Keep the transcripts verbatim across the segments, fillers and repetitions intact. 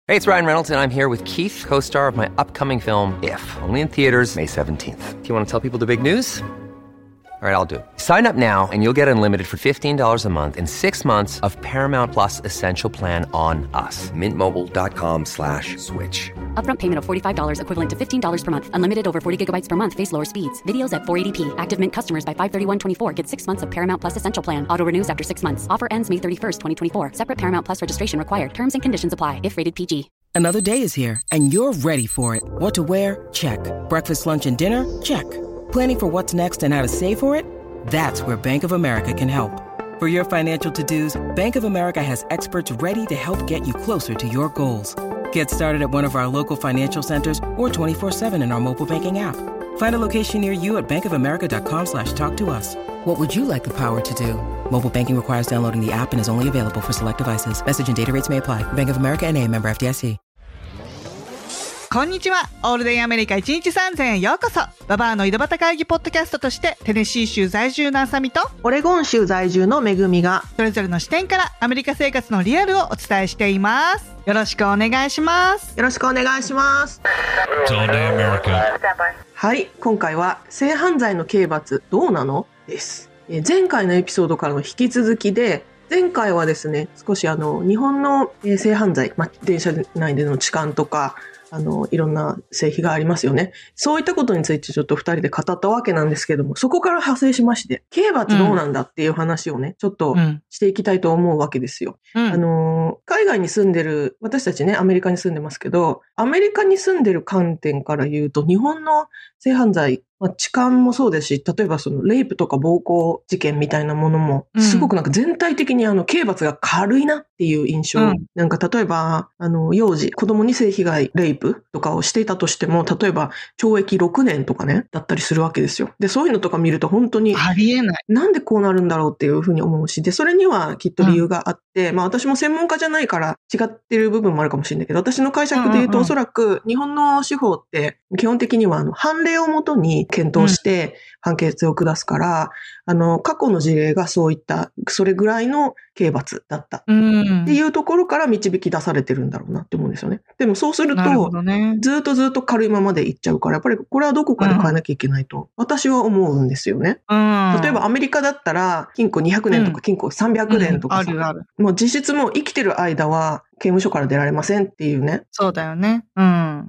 Hey, it's Ryan Reynolds, and I'm here with Keith, co-star of my upcoming film, If, only in theaters May seventeenth. Do you want to tell people the big news? All right, I'll do it. Sign up now and you'll get unlimited for fifteen dollars a month and six months of Paramount Plus Essential Plan on us. Mint Mobile dot com slash switch. Upfront payment of forty-five dollars equivalent to fifteen dollars per month. Unlimited over forty gigabytes per month. Face lower speeds. Videos at four eighty p. Active Mint customers by five thirty-one twenty-four get six months of Paramount Plus Essential Plan. Auto renews after six months. Offer ends May thirty-first, twenty twenty-four. Separate Paramount Plus registration required. Terms and conditions apply if rated P G. Another day is here, and you're ready for it. What to wear? Check. Breakfast, lunch, and dinner? Check. Planning for what's next and how to save for it? That's where Bank of America can help. For your financial to-dos, Bank of America has experts ready to help get you closer to your goals. Get started at one of our local financial centers or twenty-four seven in our mobile banking app. Find a location near you at bankofamerica.com slash talk to us. What would you like the power to do? Mobile banking requires downloading the app and is only available for select devices. Message and data rates may apply. Bank of America N A, member F D I C. こんにちは。オールデンアメリカいちにちさんぜんへようこそ。ババアの井戸端会議ポッドキャストとしてテネシー州在住のあさみとオレゴン州在住のめぐみがそれぞれの視点からアメリカ生活のリアルをお伝えしています。よろしくお願いします。 よろしくお願いします。はい、今回は性犯罪の刑罰どうなのです。え前回のエピソードからの引き続きで、前回はですね、少しあの日本の性犯罪、まあ、電車内での痴漢とかあのいろんな性被がありますよね。そういったことについてちょっと二人で語ったわけなんですけども、そこから派生しまして、刑罰どうなんだっていう話をね、うん、ちょっとしていきたいと思うわけですよ。うん、あの海外に住んでる私たちね、アメリカに住んでますけど、アメリカに住んでる観点から言うと、日本の性犯罪、まあ、痴漢もそうですし、例えばそのレイプとか暴行事件みたいなものも、すごくなんか全体的にあの刑罰が軽いなっていう印象。うん、なんか例えば、あの、幼児、子供に性被害、レイプとかをしていたとしても、例えば懲役ろくねんとかね、だったりするわけですよ。で、そういうのとか見ると本当に、 ありえない。 なんでこうなるんだろうっていうふうに思うし、で、それにはきっと理由があって、うん、まあ私も専門家じゃないから違ってる部分もあるかもしれないけど、私の解釈で言うと、おそらく日本の司法って基本的にはあの判例をもとに検討して判決を下すから、うん、あの過去の事例がそういったそれぐらいの刑罰だったっていうところから導き出されてるんだろうなって思うんですよね。でもそうすると、ね、ずっとずっと軽いままでいっちゃうから、やっぱりこれはどこかで変えなきゃいけないと私は思うんですよね。うん、例えばアメリカだったら禁錮にひゃくねんとか禁錮さんびゃくねんとかさ、うんうん、あるある。もう実質もう生きてる間は刑務所から出られませんっていうね。 そうだよね。うん。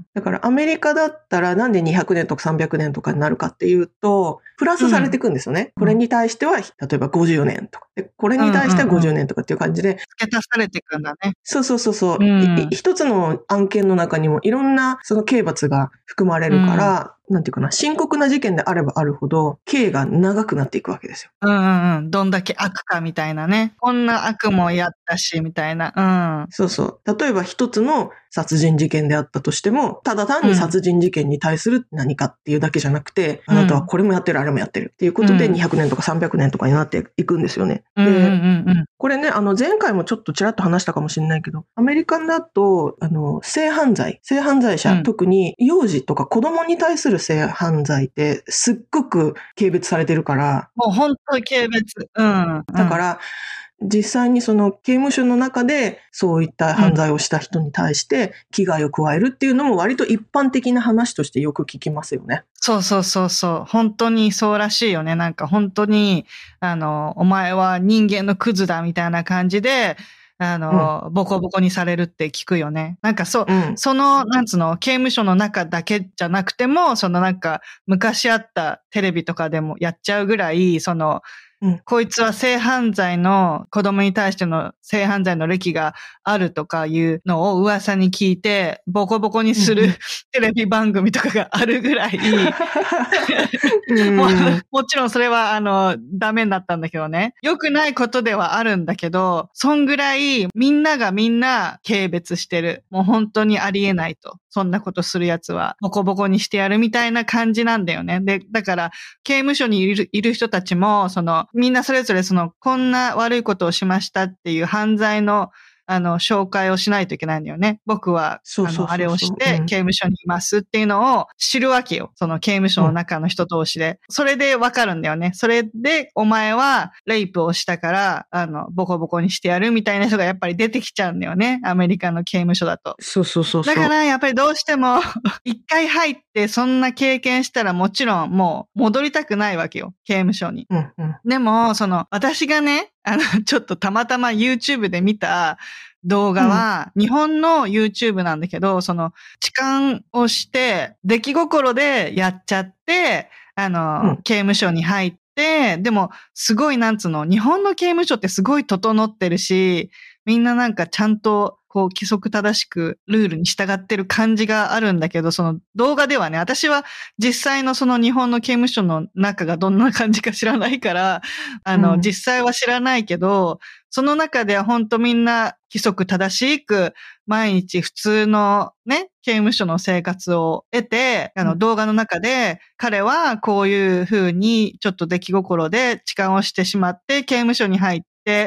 だからアメリカだったらなんでにひゃくねんとかさんびゃくねんとかになるかっていうと、プラスされていくんですよね。うん、これに対しては、例えばごじゅうねんとか。でこれに対してはごじゅうねんとかっていう感じで。 付け足されていくんだね。 そうそうそうそう、うん、一つの案件の中にもいろんなその刑罰が含まれるから、うん、なんていうかな、深刻な事件であればあるほど、刑が長くなっていくわけですよ。 うんうんうん。どんだけ悪かみたいなね。こんな悪もやったし、みたいな。うん。 そうそう。例えば一つの殺人事件であったとしても、ただ単に殺人事件に対する何かっていうだけじゃなくて、うん、あなたはこれもやってる、あれもやってるっていうことでにひゃくねんとかさんびゃくねんとかになっていくんですよね。 うんうんうんうん、 これね、あの前回もちょっとちらっと話したかもしれないけど、アメリカだと、あの、性犯罪、性犯罪者、うん、特に幼児とか子供に対する性犯罪ってすっごく軽蔑されてるから。 もう本当に軽蔑。うん。 だから、実際にその刑務所の中でそういった犯罪をした人に対して危害を加えるっていうのも割と一般的な話としてよく聞きますよね。 そうそうそうそう。本当にそうらしいよね。なんか本当に、あの、お前は人間のクズだみたいな感じで、あの、うん、ボコボコにされるって聞くよね。なんかそう、うん、その、なんつうの、刑務所の中だけじゃなくても、そのなんか、昔あったテレビとかでもやっちゃうぐらい、その、うん、こいつは性犯罪の、子供に対しての性犯罪の歴があるとかいうのを噂に聞いて、ボコボコにする、うん、テレビ番組とかがあるぐらい、も, もちろんそれはあの、ダメになったんだけどね。良くないことではあるんだけど、そんぐらいみんながみんな軽蔑してる。もう本当にありえないと。そんなことするやつはボコボコにしてやるみたいな感じなんだよね。で、だから刑務所にいる、いる人たちも、その、みんなそれぞれその、こんな悪いことをしましたっていう犯罪のあの、紹介をしないといけないんだよね。僕は、 そうそうそうそう、 あの、あれをして、 うん、 刑務所にいますっていうのを知るわけよ。その刑務所の中の人同士で。うん、それでわかるんだよね。それで、お前はレイプをしたから、あの、ボコボコにしてやるみたいな人がやっぱり出てきちゃうんだよね。アメリカの刑務所だと。 そうそうそうそう。 だから、やっぱりどうしても、一回入ってそんな経験したらもちろんもう戻りたくないわけよ。刑務所に。 うんうん、でも、その、私がね、あの、ちょっとたまたま YouTube で見た動画は、うん、日本の YouTube なんだけど、その、痴漢をして、出来心でやっちゃって、あの、うん、刑務所に入って、でも、すごいなんつうの、日本の刑務所ってすごい整ってるし、みんななんかちゃんと、こう、規則正しくルールに従ってる感じがあるんだけど、その動画ではね、私は実際のその日本の刑務所の中がどんな感じか知らないから、あの、うん、実際は知らないけど、その中では本当みんな規則正しく、毎日普通のね、刑務所の生活を得て、あの動画の中で、彼はこういう風にちょっと出来心で痴漢をしてしまって刑務所に入って、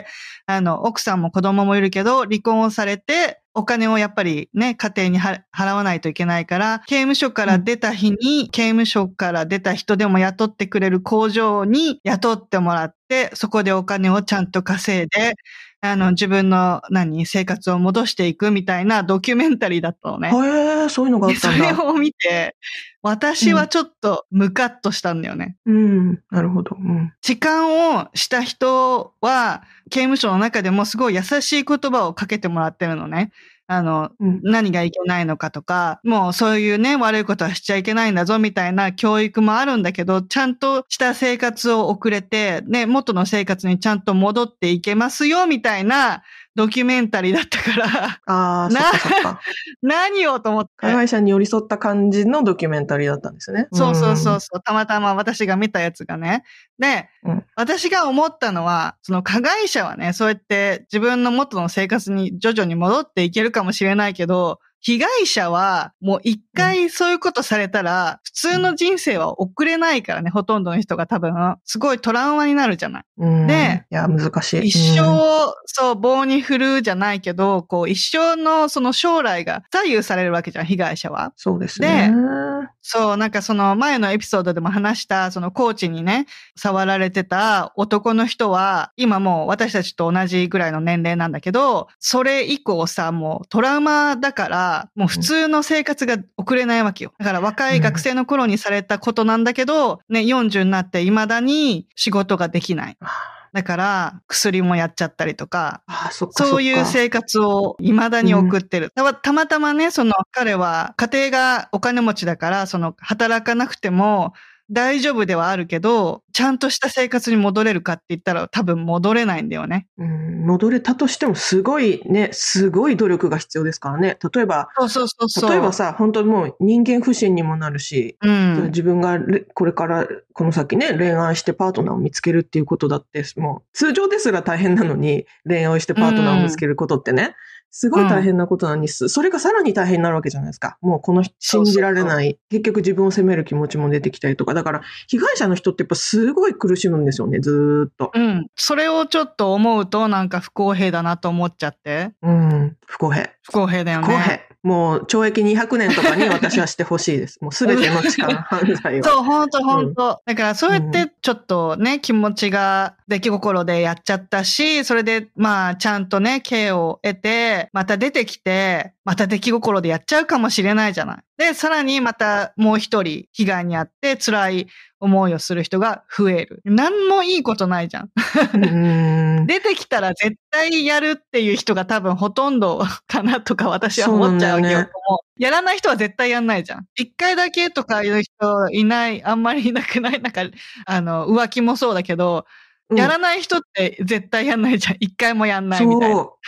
あの、奥さんも子供もいるけど、離婚をされて、お金をやっぱりね、家庭に払わないといけないから、刑務所から出た日に、うん、刑務所から出た人でも雇ってくれる工場に雇ってもらって、そこでお金をちゃんと稼いで、あの、自分の何、生活を戻していくみたいなドキュメンタリーだったのね。 へえ、そういうのがあったんだ。 それを見て、私はちょっとムカッとしたんだよね。 うん、なるほど。うん、 痴漢をした人は、刑務所の中でもすごい優しい言葉をかけてもらってるのね。あの、うん、何がいけないのかとか、もうそういうね、悪いことはしちゃいけないんだぞみたいな教育もあるんだけど、ちゃんとした生活を送れて、ね、元の生活にちゃんと戻っていけますよみたいなドキュメンタリーだったから、 ああ、そっかそっか。 何をと思って。 加害者に寄り添った感じのドキュメンタリーだったんですね。 そうそうそうそう。たまたま私が見たやつがね。で、うん、私が思ったのは、その加害者はね、そうやって自分の元の生活に徐々に戻っていけるかもしれないけど、被害者はもう一回そういうことされたら、普通の人生は送れないからね、ほとんどの人が多分、すごいトラウマになるじゃない。 うん、で、いや、難しい。 一生、そう、棒に振るじゃないけど、こう、一生のその将来が左右されるわけじゃん、被害者は。 そうですね。 で、そう、なんかその前のエピソードでも話した、そのコーチにね、触られてた男の人は、今もう私たちと同じぐらいの年齢なんだけど、それ以降さ、もうトラウマだから、もう普通の生活が送れないわけよ。だから若い学生の頃にされたことなんだけど、ね、よんじゅうになって未だに仕事ができない。だから薬もやっちゃったりとか、 ああ、そっかそっか、 そういう生活を未だに送ってる。うん、たまたまね、その彼は家庭がお金持ちだから、その働かなくても大丈夫ではあるけど、ちゃんとした生活に戻れるかって言ったら多分戻れないんだよね。 うん、戻れたとしてもすごいね、すごい努力が必要ですからね。例えば、 そうそうそうそう、 例えばさ、本当にもう人間不信にもなるし、うん、自分がこれからこの先ね、恋愛してパートナーを見つけるっていうことだって、もう通常ですら大変なのに、恋愛してパートナーを見つけることってね、うんすごい大変なことなのに、うん、それがさらに大変になるわけじゃないですか。もうこの信じられない、そうそうそう、結局自分を責める気持ちも出てきたりとか。だから、被害者の人ってやっぱすごい苦しむんですよね、ずーっと。 うん。それをちょっと思うとなんか不公平だなと思っちゃって。 うん。不公平。 不公平だよね。 不公平。もう懲役にひゃくねんとかに私はしてほしいです。もうすべての痴漢犯罪は。 そう、ほんとほんと。うん、だからそうやってちょっとね、気持ちが出来心でやっちゃったし、それでまあちゃんとね、刑を得て、また出てきて、また出来心でやっちゃうかもしれないじゃない。で、さらにまたもう一人被害に遭って辛い思いをする人が増える。何もいいことないじゃん。うん出てきたら絶対やるっていう人が多分ほとんどかなとか私は思っちゃうわけよ。ね、やらない人は絶対やんないじゃん。一回だけとかいう人いない、あんまりいなくない？なんか、あの、浮気もそうだけど、やらない人って絶対やんないじゃん。一回もやんないみたいな。 そう。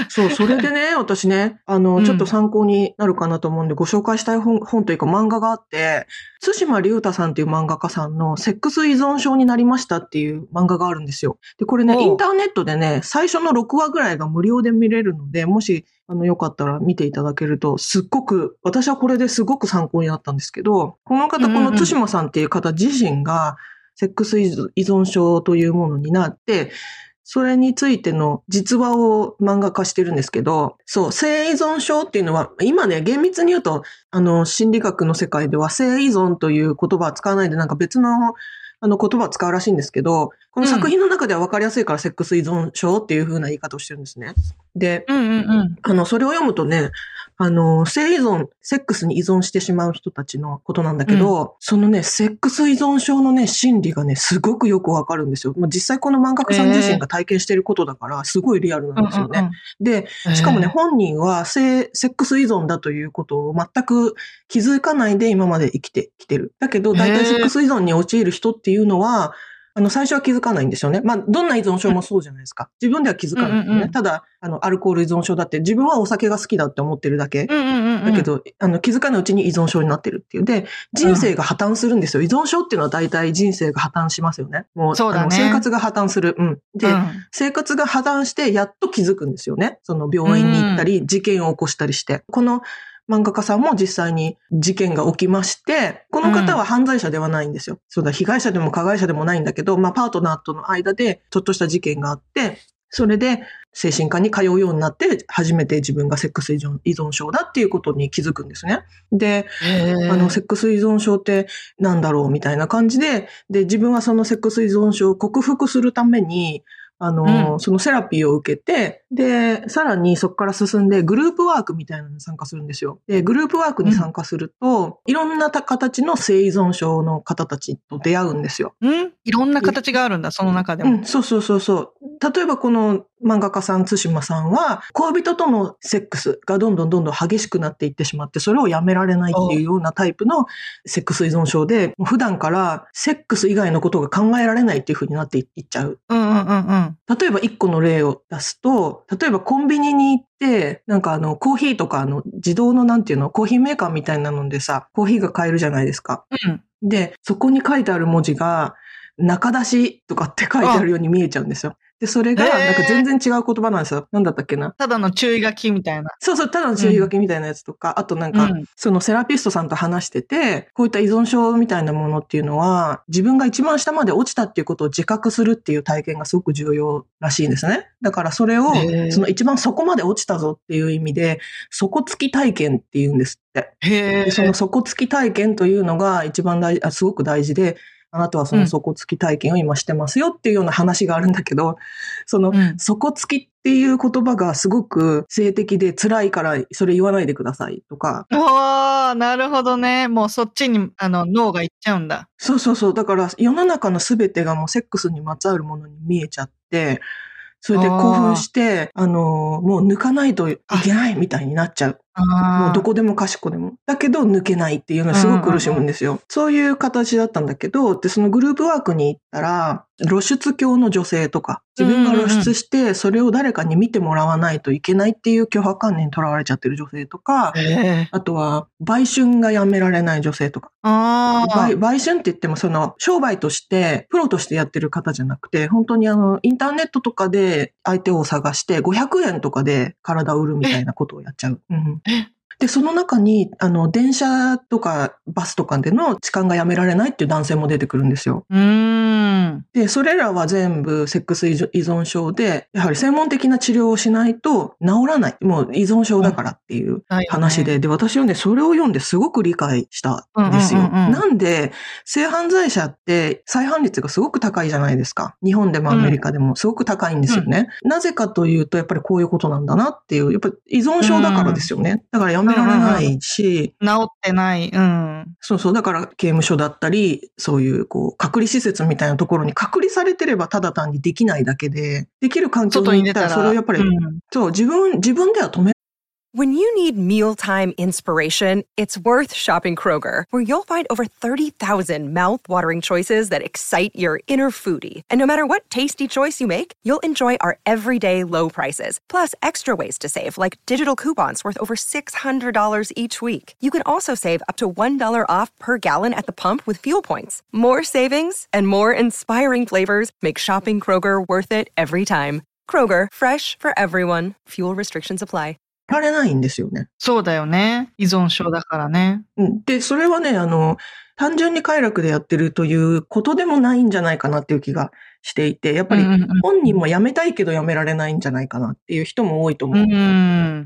そう、それでね、私ね、あの、ちょっと参考になるかなと思うんで、ご紹介したい本、本というか漫画があって、津島龍太さんっていう漫画家さんのセックス依存症になりましたっていう漫画があるんですよ。で、これね、インターネットでね、最初のろくわぐらいが無料で見れるので、もし、あの、よかったら見ていただけると、すっごく、私はこれですごく参考になったんですけど、この方、この津島さんっていう方自身が、セックス依存症というものになって、 それについての実話を漫画化してるんですけど、そう、性依存症っていうのは、今ね、厳密に言うと、あの、心理学の世界では性依存という言葉は使わないで、なんか別の、あの、言葉を使うらしいんですけど、この作品の中では分かりやすいからセックス依存症っていう風な言い方をしてるんですね。で、 うんうんうん。 あの、それを読むとね、あの、性依存、セックスに依存してしまう人たちのことなんだけど、うん、そのね、セックス依存症のね、心理がね、すごくよくわかるんですよ。まあ、実際この漫画家さん自身が体験していることだから、すごいリアルなんですよね。うんうんうん、で、しかもね、本人は性、セックス依存だということを全く気づかないで今まで生きてきてる。だけど、大体セックス依存に陥る人っていうのは、あの、最初は気づかないんですよね。まあ、どんな依存症もそうじゃないですか。自分では気づかないんですよね。うんうんうん、ただ、あの、アルコール依存症だって自分はお酒が好きだって思ってるだけ。うんうんうん、だけど、あの、気づかないうちに依存症になってるっていう。で、人生が破綻するんですよ。依存症っていうのは大体人生が破綻しますよね。もう、そうだね、あの生活が破綻する。うん。で、うん、生活が破綻してやっと気づくんですよね。その病院に行ったり、事件を起こしたりして。この、漫画家さんも実際に事件が起きまして、この方は犯罪者ではないんですよ。うん、そうだ、被害者でも加害者でもないんだけど、まあ、パートナーとの間でちょっとした事件があって、それで精神科に通うようになって、初めて自分がセックス依存、依存症だっていうことに気づくんですね。で、あの、セックス依存症ってなんだろうみたいな感じで、で、自分はそのセックス依存症を克服するために、あの、うん、そのセラピーを受けて、で、さらにそこから進んでグループワークみたいなのに参加するんですよ。で、グループワークに参加すると、うん、いろんな形の性依存症の方たちと出会うんですよ。 うんいろんな形があるんだ、その中でも。 うん、そうそうそうそう。例えばこの漫画家さん、対馬さんは、恋人とのセックスがどんどんどんどん激しくなっていってしまって、それをやめられないっていうようなタイプのセックス依存症で、普段からセックス以外のことが考えられないっていう風になっていっちゃう。 うんうんうんうん。 例えば一個の例を出すと、例えばコンビニに行って、なんかあの、コーヒーとかあの、自動のなんていうの、コーヒーメーカーみたいなのでさ、コーヒーが買えるじゃないですか。 うん。 で、そこに書いてある文字が、中出しとかって書いてあるように見えちゃうんですよ。で、それが、なんか全然違う言葉なんですよ。なんだったっけな。 ただの注意書きみたいな。 そうそう、ただの注意書きみたいなやつとか、うん、あとなんか、うん、そのセラピストさんと話してて、こういった依存症みたいなものっていうのは、自分が一番下まで落ちたっていうことを自覚するっていう体験がすごく重要らしいんですね。だからそれを、その一番底まで落ちたぞっていう意味で、底つき体験っていうんですって。 へでその底つき体験というのが一番大事、あすごく大事で、あなたはその底つき体験を今してますよっていうような話があるんだけど、その底つきっていう言葉がすごく性的で辛いからそれ言わないでくださいとか。 ああ、なるほどね。もうそっちにあの脳がいっちゃうんだ。 そうそうそう。だから世の中のすべてがもうセックスにまつわるものに見えちゃって、それで興奮して、あの、もう抜かないといけないみたいになっちゃう。もうどこでもかしこでも。だけど抜けないっていうのはすごく苦しむんですよ。うんうんうん、そういう形だったんだけど、で、そのグループワークに行ったら、露出狂の女性とか、自分が露出して、それを誰かに見てもらわないといけないっていう脅迫観念にとらわれちゃってる女性とか、あとは、売春がやめられない女性とか。 あ売、売春って言っても、その、商売として、プロとしてやってる方じゃなくて、本当にあの、インターネットとかで相手を探して、ごひゃくえんとかで体を売るみたいなことをやっちゃう。うんで、その中に、あの、電車とかバスとかでの痴漢がやめられないっていう男性も出てくるんですよ。 うーん。 で、それらは全部セックス依存症で、やはり専門的な治療をしないと治らない。もう依存症だからっていう話で、うん、で、私はね、それを読んですごく理解したんですよ。うんうんうんうん、なんで、性犯罪者って再犯率がすごく高いじゃないですか。日本でもアメリカでもすごく高いんですよね。うん、なぜかというと、やっぱりこういうことなんだなっていう、やっぱり依存症だからですよね。だからやめられないし、 うんうんうん、治ってない。うん。 そうそう。だから刑務所だったり、そういうこう隔離施設みたいなところに隔離されてればただ単にできないだけで、できる環境にいたらそれをやっぱり、うん、そう自分自分では止め。 When you need mealtime inspiration, it's worth shopping Kroger, where you'll find over thirty thousand mouth-watering choices that excite your inner foodie. And no matter what tasty choice you make, you'll enjoy our everyday low prices, plus extra ways to save, like digital coupons worth over six hundred dollars each week. You can also save up to one dollar off per gallon at the pump with fuel points. More savings and more inspiring flavors make shopping Kroger worth it every time. Kroger, fresh for everyone. Fuel restrictions apply. られないんですよね。 そうだよね。依存症だからね。 うん。で、それはね、あの、単純に快楽でやってるということでもないんじゃないかなっていう気がしていて、やっぱり本人も辞めたいけど辞められないんじゃないかなっていう人も多いと思う。 うん、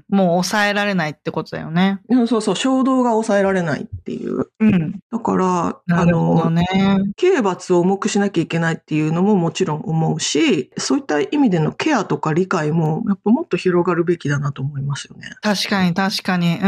もう抑えられないってことだよね。 そうそう、衝動が抑えられないっていう。 うん。 だから、 あの、ね、 刑罰を重くしなきゃいけないっていうのももちろん思うし、そういった意味でのケアとか理解もやっぱもっと広がるべきだなと思いますよね。 確かに確かに。うん。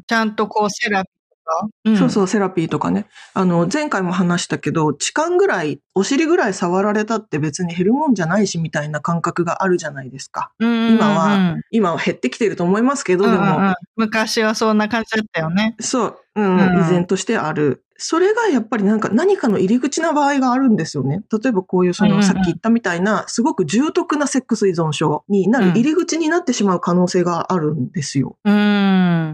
ちゃんとこうセラピーうん、そうそう、セラピーとかね。あの、前回も話したけど、痴漢ぐらい、お尻ぐらい触られたって別に減るもんじゃないしみたいな感覚があるじゃないですか。 うんうんうん、 今は、今は減ってきてると思いますけど、 うんでも、 うんうん。昔はそんな感じだったよね。 そう、うん、うん、依然としてある。それがやっぱりなんか何かの入り口な場合があるんですよね。例えばこういうそのさっき言ったみたいなすごく重篤なセックス依存症になる入り口になってしまう可能性があるんですよ。 うん。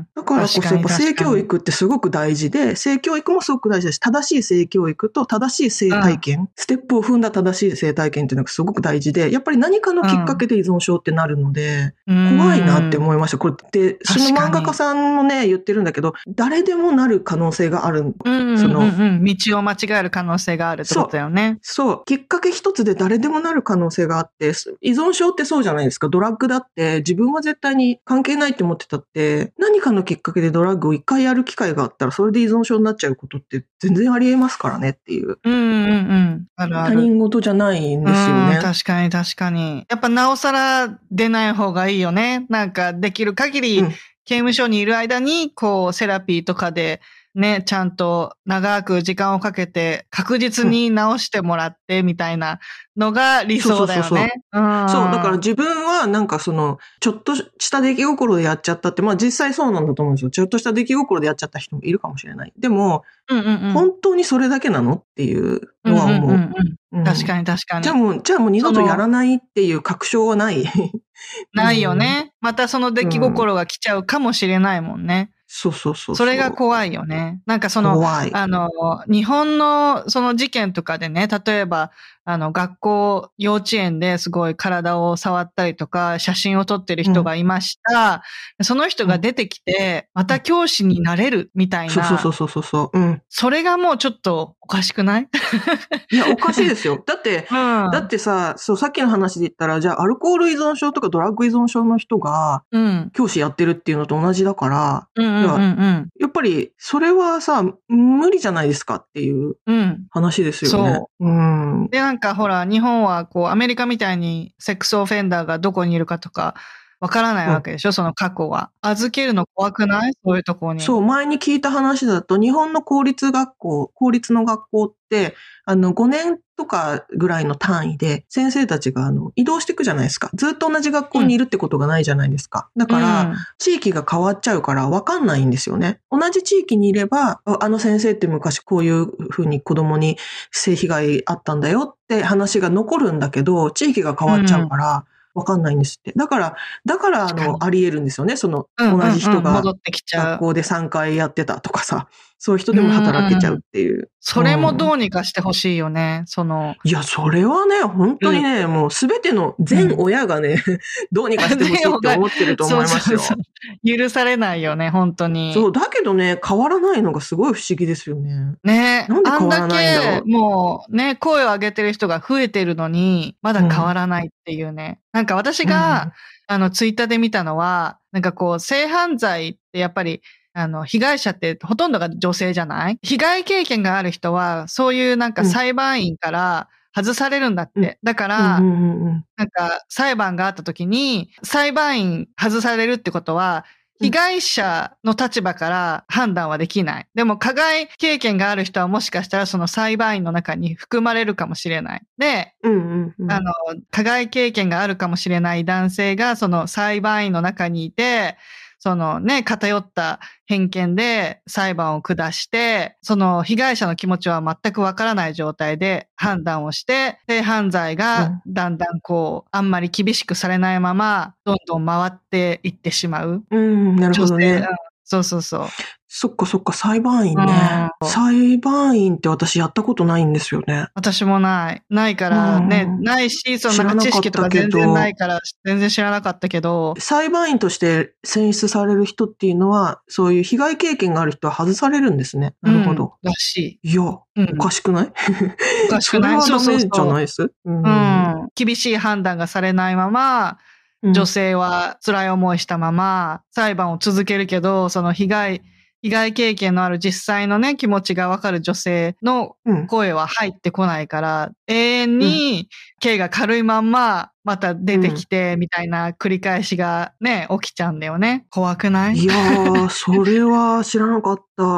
だからこそやっぱ性教育ってすごく大事で、性教育もすごく大事だし、正しい性教育と正しい性体験、うん、ステップを踏んだ正しい性体験っていうのがすごく大事で、やっぱり何かのきっかけで依存症ってなるので、うん、怖いなって思いました。これってその漫画家さんもね言ってるんだけど、誰でもなる可能性がある。 うんそのうんうんうん、道を間違える可能性があるってことだよね。 そう。そう。きっかけ一つで誰でもなる可能性があって、依存症ってそうじゃないですか。ドラッグだって自分は絶対に関係ないって思ってたって、何かのきっかけでドラッグを一回やる機会があったら、それで依存症になっちゃうことって全然ありえますからねっていう。 うんうんうん。あるある。 他人事じゃないんですよね。 確かに確かに。やっぱなおさら出ない方がいいよね。なんかできる限り、うん、刑務所にいる間に、こう、セラピーとかで、ね、ちゃんと長く時間をかけて確実に直してもらってみたいなのが理想だよね。そうそうそうそう。 そう、だから自分はなんかその、ちょっとした出来心でやっちゃったって、まあ実際そうなんだと思うんですよ。ちょっとした出来心でやっちゃった人もいるかもしれない。でも、 うんうんうん、 本当にそれだけなのっていうのは思う。うんうんうんうん、確かに確かに。 じゃあもう、じゃあもう二度とやらないっていう確証はない。 ないよね。またその出来心が来ちゃうかもしれないもんね。 そうそうそう。 それが怖いよね。なんかその、あの、日本のその事件とかでね、例えば、あの、学校、幼稚園ですごい体を触ったりとか、写真を撮ってる人がいました。うん、その人が出てきて、また教師になれるみたいな。 そうそうそうそうそう。うん。 それがもうちょっとおかしくないいや、おかしいですよ。だって、うん、だってさ、そう、さっきの話で言ったら、じゃあ、アルコール依存症とかドラッグ依存症の人が、教師やってるっていうのと同じだから、 うんうんうんうん、 やっぱり、それはさ、無理じゃないですかっていう話ですよね。 うん、そう。うん、で、なんかほら、日本はこう、アメリカみたいにセックスオフェンダーがどこにいるかとか、わからないわけでしょ、うん、その過去は。預けるの怖くない？そういうところに。 そう、前に聞いた話だと、日本の公立学校、公立の学校って、あの、ごねんとかぐらいの単位で、先生たちが、あの、移動していくじゃないですか。ずっと同じ学校にいるってことがないじゃないですか。だから、うん、地域が変わっちゃうからわかんないんですよね。同じ地域にいれば、あの先生って昔こういうふうに子供に性被害あったんだよって話が残るんだけど、地域が変わっちゃうから、うんわかんないんですって。だから、だから、あの、あり得るんですよね。その、同じ人が、学校でさんかいやってたとかさ、そういう人でも働けちゃうっていう。うん、 それもどうにかしてほしいよね、その。 いや、それはね、本当にね、うん、もうすべての全親がね、うん、どうにかしてほしいって思ってると思いますよ。そうそうそう許されないよね、本当に。 そう、だけどね、変わらないのがすごい不思議ですよね。 ねなんで変わらないんだろう。 あんだけ、もうね、声を上げてる人が増えてるのに、まだ変わらないっていうね。うん、なんか私が、うん、あの、ツイッターで見たのは、なんかこう、性犯罪ってやっぱり、あの、被害者ってほとんどが女性じゃない？被害経験がある人は、そういうなんか裁判員から外されるんだって。うん、だから、うんうんうん、なんか裁判があった時に、裁判員外されるってことは、被害者の立場から判断はできない。でも、加害経験がある人はもしかしたらその裁判員の中に含まれるかもしれない。で、 うんうんうん、 あの、加害経験があるかもしれない男性がその裁判員の中にいて、そのね、偏った偏見で裁判を下して、その被害者の気持ちは全くわからない状態で判断をして、性犯罪がだんだんこう、あんまり厳しくされないまま、どんどん回っていってしまう。 うん、なるほどね。 そうそうそう。 そっかそっか、裁判員ね。裁判員って私やったことないんですよね。 私もない。ないからね、ないし、そのなんか知識とか全然ないから、全然知らなかったけど。 裁判員として選出される人っていうのは、そういう被害経験がある人は外されるんですね。なるほど。 うん、らしい。いや、うん、おかしくないおかしくない。 それはダメじゃないです。 うん、うん。厳しい判断がされないまま、女性は辛い思いしたまま裁判を続けるけど、その被害、被害経験のある実際のね、気持ちがわかる女性の声は入ってこないから、うん、永遠に刑が軽いまんままた出てきてみたいな繰り返しがね、起きちゃうんだよね。怖くない？ いやー、それは知らなかった。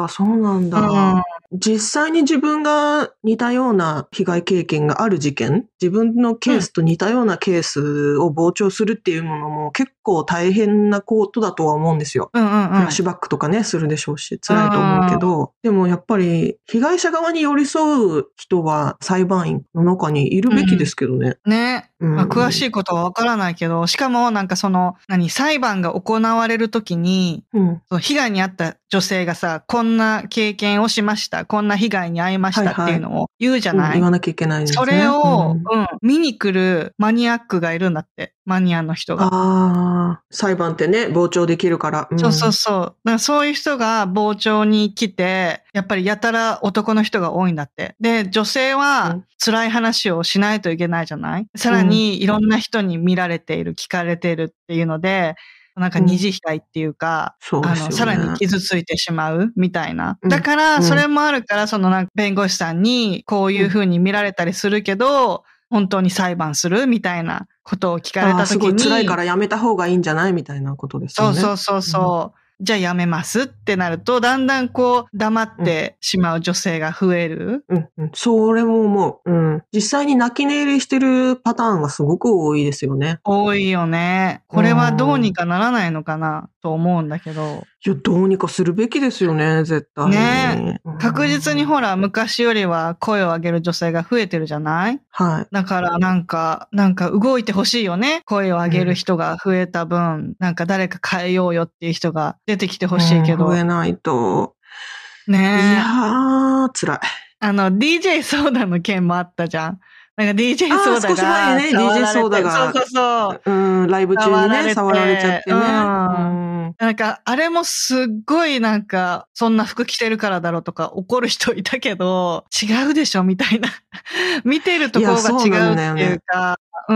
そうなんだ。うん実際に自分が似たような被害経験がある事件、自分のケースと似たようなケースを傍聴するっていうものも結構大変なことだとは思うんですよ。 うんうんうん、 フラッシュバックとかね、するでしょうし、辛いと思うけど、でもやっぱり被害者側に寄り添う人は裁判員の中にいるべきですけどね。 うん、ね。まあ、詳しいことはわからないけど、しかもなんかその、何、裁判が行われるときに、うん、その被害に遭った女性がさ、こんな経験をしました、こんな被害に遭いましたっていうのを言うじゃない、はいはいうん、言わなきゃいけないんですね。 それを、うん、うん、見に来るマニアックがいるんだって。マニアの人が。 ああ、裁判ってね、傍聴できるから。 うん、そうそうそう。だからそういう人が傍聴に来て、やっぱりやたら男の人が多いんだって。で、女性は辛い話をしないといけないじゃない、うん、さらにいろんな人に見られている、聞かれているっていうので、なんか二次被害っていうか、うん、あの、さらに傷ついてしまうみたいな。だから、それもあるから、そのなんか弁護士さんにこういう風に見られたりするけど、本当に裁判するみたいなことを聞かれたときに。すごい辛いからやめた方がいいんじゃないみたいなことですよね。 そうそうそうそう。うんじゃあやめますってなると、だんだんこう黙ってしまう女性が増える。 うん、うん、それも思う。うん。実際に泣き寝入りしてるパターンがすごく多いですよね。 多いよね。これはどうにかならないのかなと思うんだけど。 いや、どうにかするべきですよね、絶対に。 ね。確実にほら、昔よりは声を上げる女性が増えてるじゃない？ はい。 だからなんか、なんか動いてほしいよね。声を上げる人が増えた分、うん、なんか誰か変えようよっていう人が出てきてほしいけど。 うん、増えないと。 ねえ。 いやー、辛い。 あの、ディージェー ソーダの件もあったじゃん。なんか ディージェー ソーダが。 少し前にね、ディージェー ソーダが。 そうそうそう。 うん、ライブ中にね、触られちゃってね。 うんうん、なんか、あれもすっごいなんか、そんな服着てるからだろうとか怒る人いたけど、違うでしょみたいな。見てるところが違うっていうか。うん。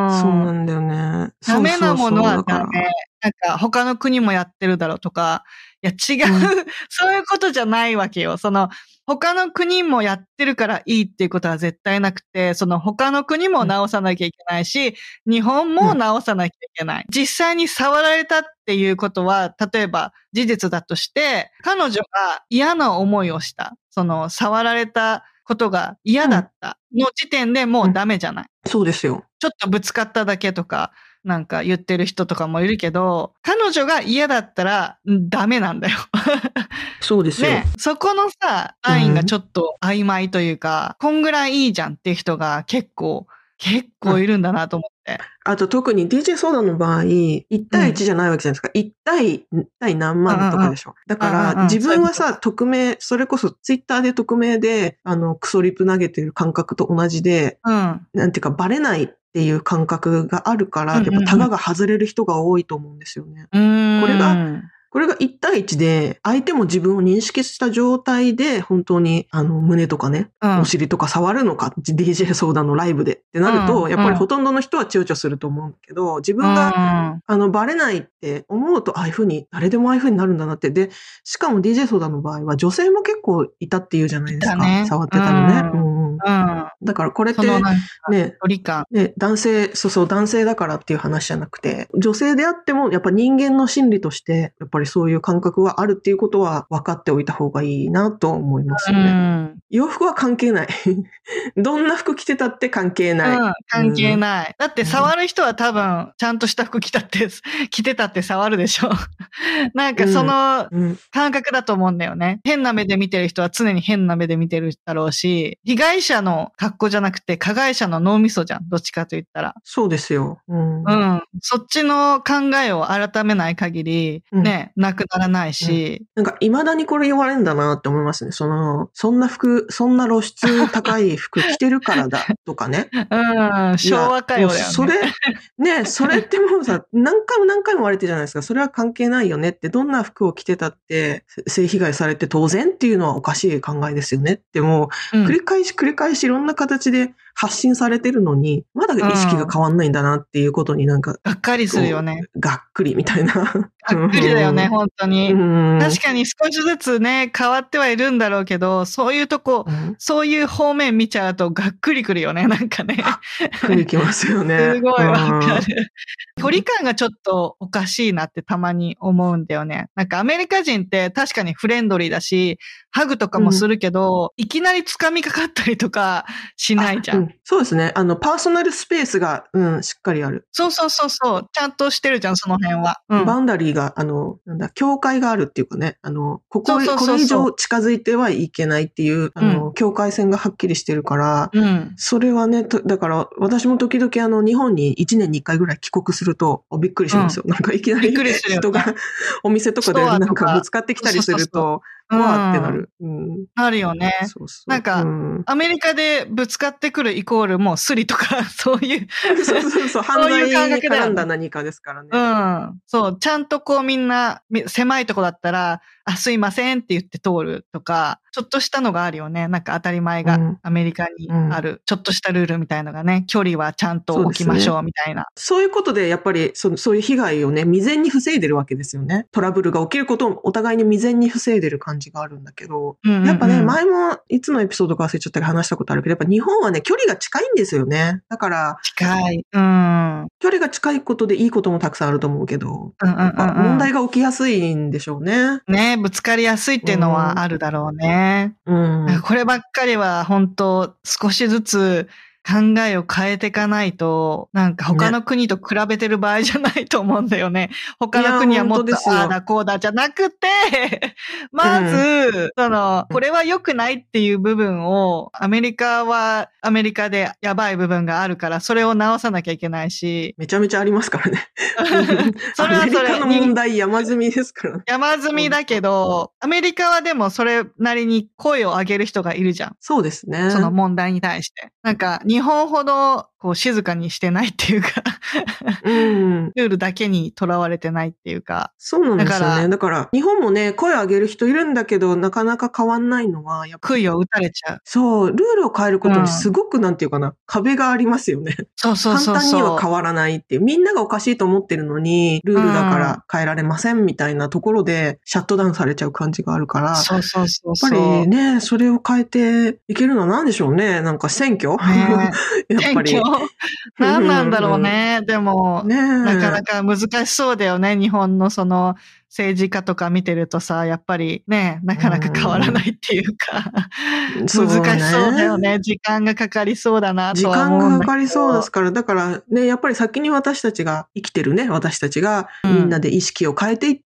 そうなんだよね。 ダメなものはダメ。なんか、他の国もやってるだろうとか。いや、違う、うん。そういうことじゃないわけよ。その、他の国もやってるからいいっていうことは絶対なくて、その他の国も直さなきゃいけないし、うん、日本も直さなきゃいけない。実際に触られたっていうことは、例えば事実だとして、彼女が嫌な思いをした。その、触られたことが嫌だったの時点でもうダメじゃない。 うん、そうですよ。 ちょっとぶつかっただけとか、なんか言ってる人とかもいるけど、彼女が嫌だったらダメなんだよ。 そうですよ。 ね、そこのさ、ラインがちょっと曖昧というか、うん、こんぐらいいいじゃんっていう人が結構、結構いるんだなと思って。 うん、あと特に ディージェー ソーダの場合、いち対いちじゃないわけじゃないですか。うん、いち対、対何万とかでしょ。うんうん、だから、自分はさ、匿名、それこそツイッターで匿名で、あの、クソリプ投げてる感覚と同じで、うん、なんていうかバレないっていう感覚があるから、やっぱタガが外れる人が多いと思うんですよね。 うん、 これが、これがいち対いちで、相手も自分を認識した状態で、本当に、あの、胸とかね、うん、お尻とか触るのか、ディージェー ソーダのライブでってなると、うん、やっぱりほとんどの人は躊躇すると思うんだけど、自分が、うん、あの、バレないって思うと、ああいう風に、誰でもああいう風になるんだなって。で、しかも ディージェー ソーダの場合は、女性も結構いたっていうじゃないですか。ね、触ってたりね。うんうんうん、だからこれって、ね、ね、男性、そうそう、男性だからっていう話じゃなくて、女性であっても、やっぱ人間の心理として、やっぱりそういう感覚はあるっていうことは分かっておいた方がいいなと思いますよね。うん、洋服は関係ない。どんな服着てたって関係ない。 うん、関係ない。うん、だって触る人は多分、ちゃんとした服着たって、着てたって触るでしょ。なんかその感覚だと思うんだよね。変な目で見てる人は常に変な目で見てるだろうし、被害者の格好じゃなくて加害者の脳みそじゃん。どっちかと言ったら。 そうですよ。うん。 うん。そっちの考えを改めない限り、うん、ね、 なくならないし。 うん、なんか未だにこれ言われるんだなって思いますね。その、そんな服、そんな露出高い服着てるからだとかね。 うん、昭和歌謡だよね。 それ、ね、それってもうさ、何回も何回も言われてるじゃないですか。それは関係ないよねって、どんな服を着てたって性被害されて当然っていうのはおかしい考えですよねってもう、繰り返し繰り返しいろんな形で発信されてるのに、まだ意識が変わんないんだなっていうことになんか、 がっかりするよね。 がっくりみたいな。 がっくりだよね、本当に。確かに少しずつね、変わってはいるんだろうけど、そういうとこ、うん、そういう方面見ちゃうとがっくりくるよね、なんかね。 がっくりきますよね。 すごいわかる。距離感がちょっとおかしいなってたまに思うんだよね。なんかアメリカ人って確かにフレンドリーだし、ハグとかもするけど、うん、いきなり掴みかかったりとかしないじゃん。うん、 そうですね。あの、パーソナルスペースが、うん、しっかりある。 そうそうそうそう。ちゃんとしてるじゃん、その辺は。 うん、バウンダリーが、あの、なんだ、境界があるっていうかね、あの、ここ、そうそうそうそう、これ以上近づいてはいけないっていう、あの、うん、境界線がはっきりしてるから、うん、それはね、だから私も時々あの、日本にいちねんにいっかいぐらい帰国すると、びっくりしますよ。うん、なんかいきなり人が、ね、お店とかでなんかぶつかってきたりすると、うわーってなる。 うん。なるよね。そうそう。なんか、うん、アメリカでぶつかってくるイコールもうスリとか、そういう。 そうそうそう。犯罪に絡んだ何かですからね。 うん。そう。ちゃんとこうみんな、狭いとこだったら、あ、すいませんって言って通るとか、ちょっとしたのがあるよね。なんか当たり前がアメリカにある、うん、ちょっとしたルールみたいのがね、距離はちゃんと置きましょうみたいな。 そうですね。そういうことでやっぱりそ、そういう被害をね、未然に防いでるわけですよね。トラブルが起きることをお互いに未然に防いでる感じがあるんだけど、うんうんうん、やっぱね、前もいつのエピソードか忘れちゃったり話したことあるけど、やっぱ日本はね、距離が近いんですよね。だから、 近い。うん。 距離が近いことでいいこともたくさんあると思うけど、うんうんうんうん、問題が起きやすいんでしょうね。 ね、ぶつかりやすいっていうのはあるだろうね。うん、こればっかりは本当少しずつ考えを変えていかないと、なんか他の国と比べてる場合じゃないと思うんだよね。他の国はもっとああだこうだじゃなくて、まず、うん、その、これは良くないっていう部分を、アメリカはアメリカでやばい部分があるから、それを直さなきゃいけないし。 めちゃめちゃありますからね。 それはそれ。アメリカの問題山積みですからね。 山積みだけど、アメリカはでもそれなりに声を上げる人がいるじゃん。 そうですね。 その問題に対して。なんか、日本ほどこう静かにしてないっていうか、うん、ルールだけにとらわれてないっていうか。 そうなんですよね。だから、日本もね、声を上げる人いるんだけど、なかなか変わんないのは、 やっぱり。杭を打たれちゃう。 そう、ルールを変えることにすごく、うん、なんていうかな、壁がありますよね。 そうそうそうそう。 簡単には変わらないっていう。みんながおかしいと思ってるのに、ルールだから変えられませんみたいなところで、シャットダウンされちゃう感じがあるから。 そうそうそうそう。 やっぱりね、それを変えていけるのは何でしょうね。なんか選挙、ね、やっぱり。 何なんだろうね。でも、ね、なかなか難しそうだよね。日本のその政治家とか見てるとさ、やっぱりね、なかなか変わらないっていうか、うん、難しそうだよね。時間がかかりそうだなとは思うんだけど。 時間がかかりそうですから、だからね、やっぱり先に私たちが、生きてるね、私たちがみんなで意識を変えていって、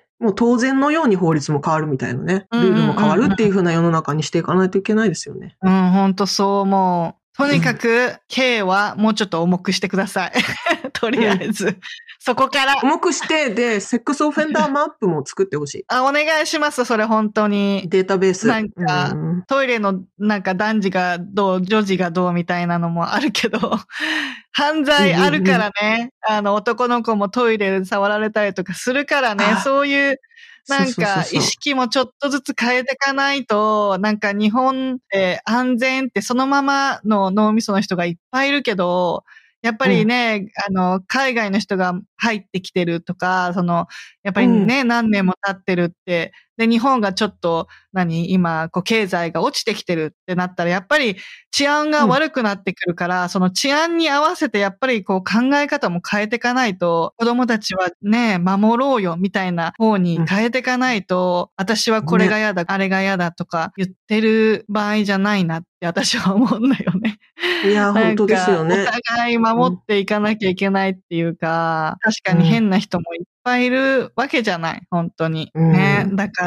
うん、もう当然のように法律も変わるみたいなね、ルールも変わるっていう風な世の中にしていかないといけないですよね。 うん、ほんとそう思う。とにかく、K はもうちょっと重くしてください。とりあえず、うん。そこから。 重くして、で、セックスオフェンダーマップも作ってほしい。 あ、お願いします、それ本当に。 データベース。 なんか、うん、トイレのなんか男児がどう、女児がどうみたいなのもあるけど、犯罪あるからね。あの、男の子もトイレで触られたりとかするからね。そういう、なんか、意識もちょっとずつ変えていかないと、なんか日本って安全ってそのままの脳みその人がいっぱいいるけど、やっぱりね、うん、あの、海外の人が入ってきてるとか、その、やっぱりね、うん、何年も経ってるって、で、日本がちょっと、何、今、こう、経済が落ちてきてるってなったら、やっぱり治安が悪くなってくるから、うん、その治安に合わせて、やっぱりこう、考え方も変えていかないと、子供たちはね、守ろうよ、みたいな方に変えていかないと、うん、私はこれが嫌だ、ね、あれが嫌だとか言ってる場合じゃないなって私は思うんだよね。 いや、本当ですよね。 お互い守っていかなきゃいけないっていうか、確かに変な人もいっぱいいるわけじゃない、本当に。 うん、 ね。だから、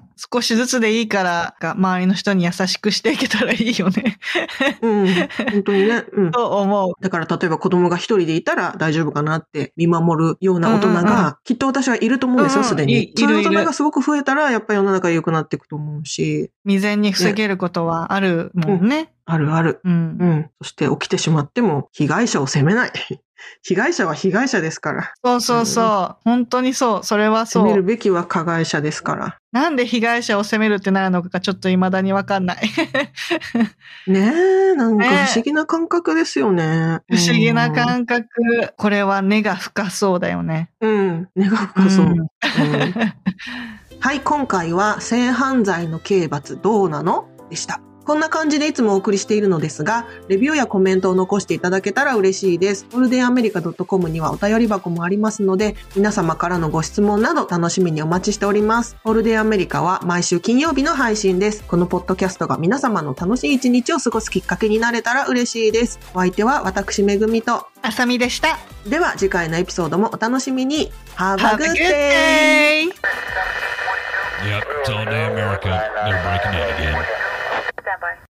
少しずつでいいから、周りの人に優しくしていけたらいいよね。 うん、本当にね。うん。 と思う。 だから例えば子供が一人でいたら大丈夫かなって見守るような大人が、うんうんうん、きっと私はいると思うんですよ、すでに。そういう大人がすごく増えたら、やっぱり世の中良くなっていくと思うし。 未然に防げることはあるもんね。 うん、あるある。うん。うん。そして起きてしまっても、被害者を責めない。被害者は被害者ですから。 そうそうそう。うん、本当にそう。それはそう。 責めるべきは加害者ですから。 なんで被害者を責めるってなるのかちょっと未だにわかんない。 ねえ、なんか不思議な感覚ですよね。ね、 不思議な感覚。これは根が深そうだよね。 うん。根が深そう。うんうん、はい、今回は性犯罪の刑罰どうなの？でした。こんな感じでいつもお送りしているのですが、レビューやコメントを残していただけたら嬉しいです。オールデンアメリカ ドットコム にはお便り箱もありますので、皆様からのご質問など楽しみにお待ちしております。オールデンアメリカは毎週金曜日の配信です。このポッドキャストが皆様の楽しい一日を過ごすきっかけになれたら嬉しいです。お相手は私めぐみとあさみでした。 では次回のエピソードもお楽しみに。Have a good day! Yep, it's all day America. They're breaking in again.